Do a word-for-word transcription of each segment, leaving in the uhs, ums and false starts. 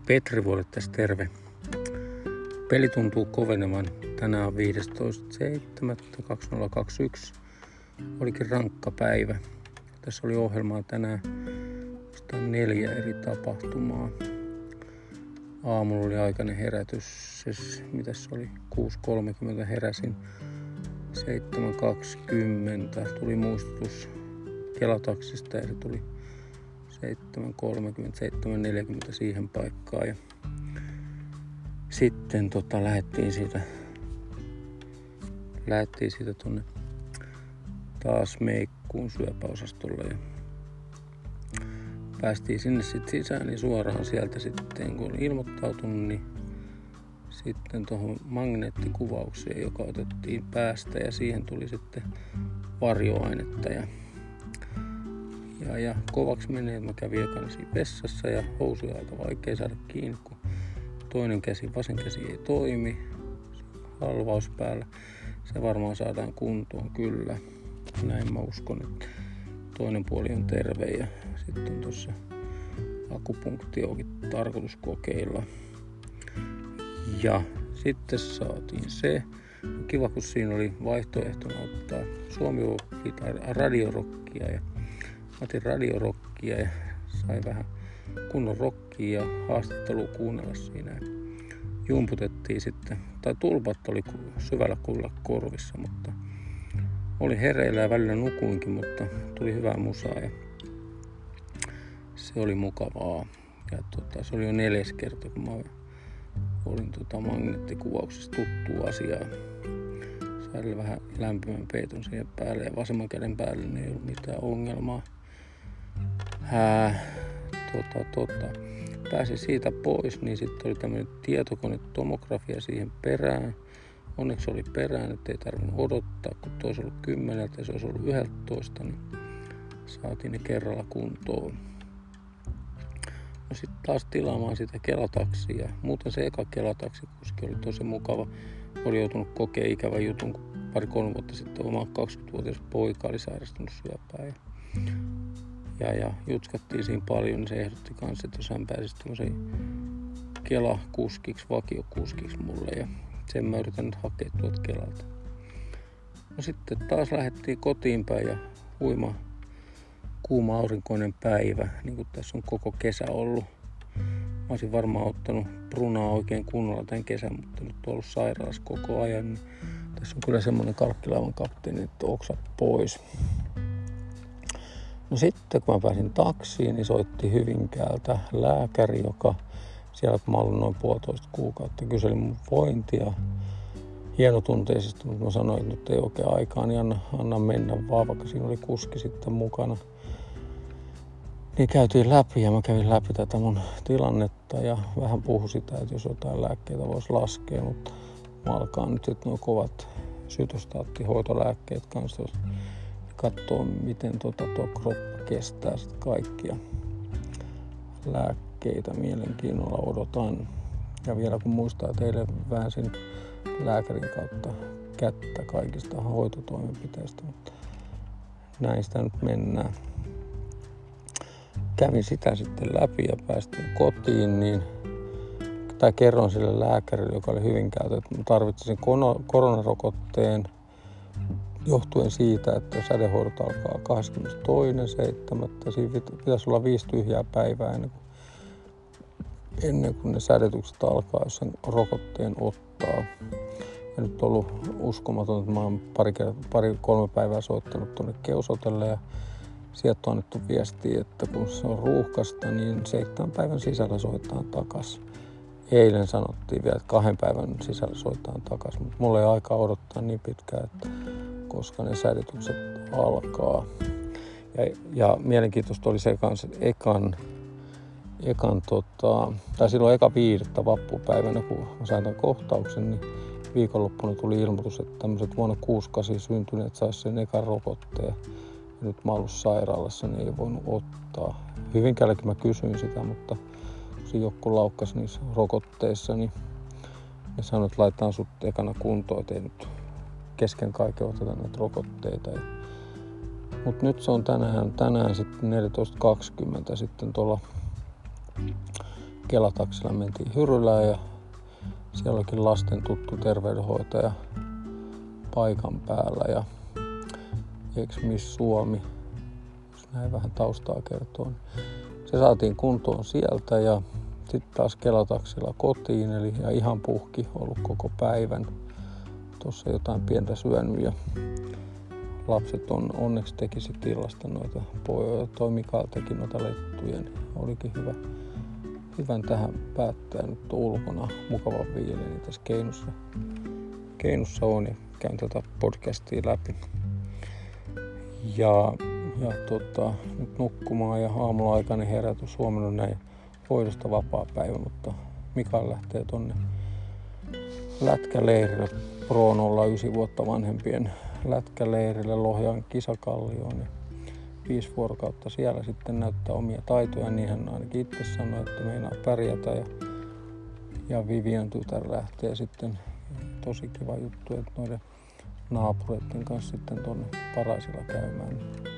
Petri vuodet tässä terve. Peli tuntuu kovenevan. Tänään on viidestoista seitsemättä kaksituhattakaksikymmentäyksi. Olikin rankka päivä. Tässä oli ohjelmaa tänään neljä eri tapahtumaa. Aamulla oli aikainen herätys. Siis, mitäs oli? kuusi kolmekymmentä heräsin. seitsemän kaksikymmentä tuli muistutus Kelataksista ja se tuli seitsemän kolmekymmentä seitsemän neljäkymmentä siihen paikkaan. Ja sitten tota, lähdettiin siitä, lähdettiin siitä tonne taas meikkuun syöpäosastolle ja päästiin sinne sitten sisään, niin suoraan sieltä sitten kun oli ilmoittautunut, niin sitten tuohon magneettikuvaukseen, joka otettiin päästä ja siihen tuli sitten varjoainetta ja, ja, ja kovaksi menee, että mä kävin ekana siinä vessassa ja housuja aika vaikea saada kiinni, kun toinen käsi, vasen käsi ei toimi, halvaus päällä. Se varmaan saadaan kuntoon kyllä, näin mä uskon, että toinen puoli on terve ja sitten on tuossa akupunktiokin tarkoitus kokeilla. Ja sitten saatiin se. Kiva, kun siinä oli vaihtoehtona ottaa Suomi-Oppi tai radiorokkia. Ja mä otin radiorokkia ja sai vähän kunnon rokkia ja haastattelua kuunnella siinä. Jumputettiin sitten, tai tulpat oli syvällä kuulla korvissa, mutta oli hereillä ja välillä nukuinkin, mutta tuli hyvää musaa ja se oli mukavaa. Ja tota, se oli jo neljäs kerta, kun mä olin tota magneettikuvauksessa tuttua asiaa. Sain vähän lämpimän peiton siihen päälle ja vasemman käden päälle niin ei ollut mitään ongelmaa. Hää, tota, tota. Pääsin siitä pois, niin sitten oli tämmöinen tietokonetomografia siihen perään. Onneksi oli perään, ettei tarvinnut odottaa, kun toisi ollut kymmeneltä ja se olisi ollut yhdeltätoista, niin saatiin ne kerralla kuntoon. No sitten taas tilaamaan sitä Kelataksia. Muuten se eka Kelataksikuski oli tosi mukava. Oli joutunut kokea ikävän jutun, kun pari-kolme vuotta sitten oma kaksikymmentävuotias poika oli sairastunut syöpään. Ja, ja, ja jutskattiin siinä paljon, niin se ehdotti kanssa, että jos hän pääsisi tämmöisen Kela-kuskiksi, vakiokuskiksi mulle. Ja sen mä yritän nyt hakea tuolta Kelalta. No sitten taas lähdettiin kotiin päin ja huima kuuma aurinkoinen päivä, niin kuin tässä on koko kesä ollut. Mä olisin varmaan ottanut brunaa oikein kunnolla tämän kesän, mutta nyt on ollut sairaalassa koko ajan. Niin tässä on kyllä semmoinen kalkkilaivan kapteeni, että oksat pois. No sitten kun mä pääsin taksiin, niin soitti Hyvinkäältä lääkäri, joka siellä kun mä olin noin puolitoista kuukautta, kyseli mun vointia hienotunteisesti, mutta mä sanoin, että nyt ei oikein aikaa, niin anna, anna mennä vaan, vaikka siinä oli kuski sitten mukana. Niin käytiin läpi ja mä kävin läpi tätä mun tilannetta ja vähän puhui sitä, että jos jotain lääkkeitä voisi laskea, mutta mä alkaa nyt sitten nuo kovat sytostaattihoitolääkkeet kanssa katsoa, miten tota tuo kroppa kestää sitten kaikkia lääkkeitä. Mielenkiinnolla odotan. Ja vielä kun muistaa, että eilen väänsin lääkärin kautta kättä kaikista hoitotoimenpiteistä, mutta näin sitä nyt mennään. Kävin sitä sitten läpi ja päästiin kotiin, niin, tai kerron sille lääkärille, joka oli Hyvinkäältä, että tarvitsin koronarokotteen johtuen siitä, että sädehoidot alkaa kahdeskymmenestoinen seitsemättä Siinä pitäisi olla viisi tyhjää päivää ennen kuin, ennen kuin ne sädetykset alkaa, jos sen rokotteen ottaa. Ja nyt on ollut uskomaton, että mä oon pari, pari kolme päivää soittanut tuonne Keusotelle ja sieltä on annettu viestiä, että kun se on ruuhkasta, niin seitsemän päivän sisällä soitetaan takas. Eilen sanottiin vielä, että kahden päivän sisällä soitetaan takas, mutta mulla ei aikaa odottaa niin pitkään, että koska ne sädetykset alkaa. Ja, ja mielenkiintoista oli se kanssa, että ekan, ekan tota, tai silloin eka viidettä vappupäivänä, kun mä sain tämän kohtauksen, niin viikonloppuna tuli ilmoitus, että tämmöiset vuonna kuusikymmentäkahdeksan syntyneet saisi sen ekan rokotteen. Ja nyt mä oon ollut sairaalassa, niin ei voinut ottaa. Hyvinkäälläkin mä kysyin sitä, mutta kun se joku laukkasi niissä rokotteissa, niin ne sanoi, että laitetaan sut ekana kuntoon, ettei nyt kesken kaiken oteta näitä rokotteita. Mutta nyt se on tänään, tänään sitten neljätoista kaksikymmentä sitten tuolla Kelataksilla mentiin Hyrylään ja siellä olikin lasten tuttu terveydenhoitaja paikan päällä ja ex-Miss Suomi, jos näin vähän taustaa kertoo. Se saatiin kuntoon sieltä ja sitten taas Kelataksilla kotiin, eli ja ihan puhki ollut koko päivän. Tuossa jotain pientä syönyt ja lapset on onneksi teki sit illasta noita, toi Mikael teki noita lettuja, niin olikin hyvä, hyvän tähän päättää nyt ulkona mukavan viileä, niin tässä Keinussa, Keinussa on ja käyn tätä podcastia läpi. Ja, ja tota, nyt nukkumaan ja aamulla aikainen herätys, huomenna näin hoidosta vapaa päivä, mutta Mikael lähtee tonne lätkäleirille Pro nolla yhdeksän vuotta vanhempien lätkäleirille Lohjan kisakallioon. Ja viisi vuorokautta siellä sitten näyttää omia taitoja, niin hän ainakin itse sanoi, että meinaa pärjätä. Ja, ja Vivian tytär lähtee sitten, tosi kiva juttu, että noiden naapureiden kanssa sitten tuonne Paraisilla käymään.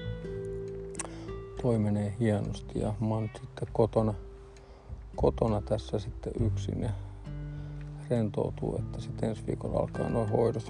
Toi menee hienosti ja mä oon nyt sitten kotona, kotona tässä sitten yksin ja rentoutuu, että sitten ensi viikolla alkaa nuo hoidot.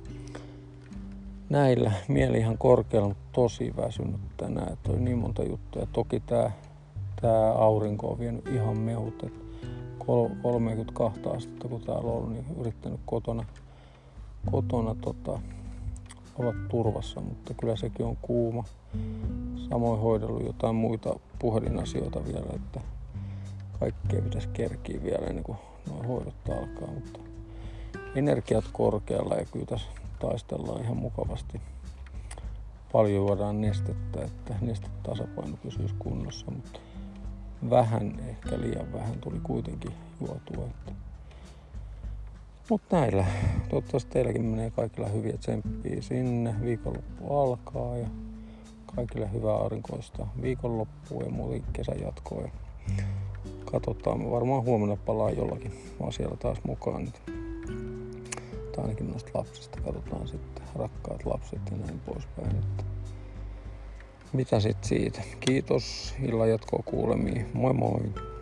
Näillä mieli ihan korkealla, mutta tosi väsynyt tänään, että oli niin monta juttuja. Toki tää, tää aurinko on vienyt ihan mehut, että kolmekymmentäkaksi astetta kun täällä on ollut, niin yrittänyt kotona, kotona tota, olla turvassa, mutta kyllä sekin on kuuma. Samoin hoidellut jotain muita puhelinasioita vielä, että kaikkea pitäisi kerkiä vielä ennen kuin nuo hoidot alkaa, mutta energiat korkealla ja kyllä tässä taistellaan ihan mukavasti. Paljon juodaan nestettä, että nestetasapaino pysyisi kunnossa, mutta vähän, ehkä liian vähän tuli kuitenkin juotua. Että. Mutta näillä, toivottavasti teilläkin menee kaikilla hyviä tsemppiä sinne. Viikonloppu alkaa ja kaikille hyvää aurinkoista viikonloppua ja muuten kesän jatkoa. Katsotaan, mä varmaan huomenna palaan jollakin. Mä oon siellä taas mukaan nyt. Tai ainakin noista lapsista katsotaan sitten. Rakkaat lapset ja näin poispäin. Että mitä sit siitä? Kiitos, illan jatkoa kuulemiin. Moi moi!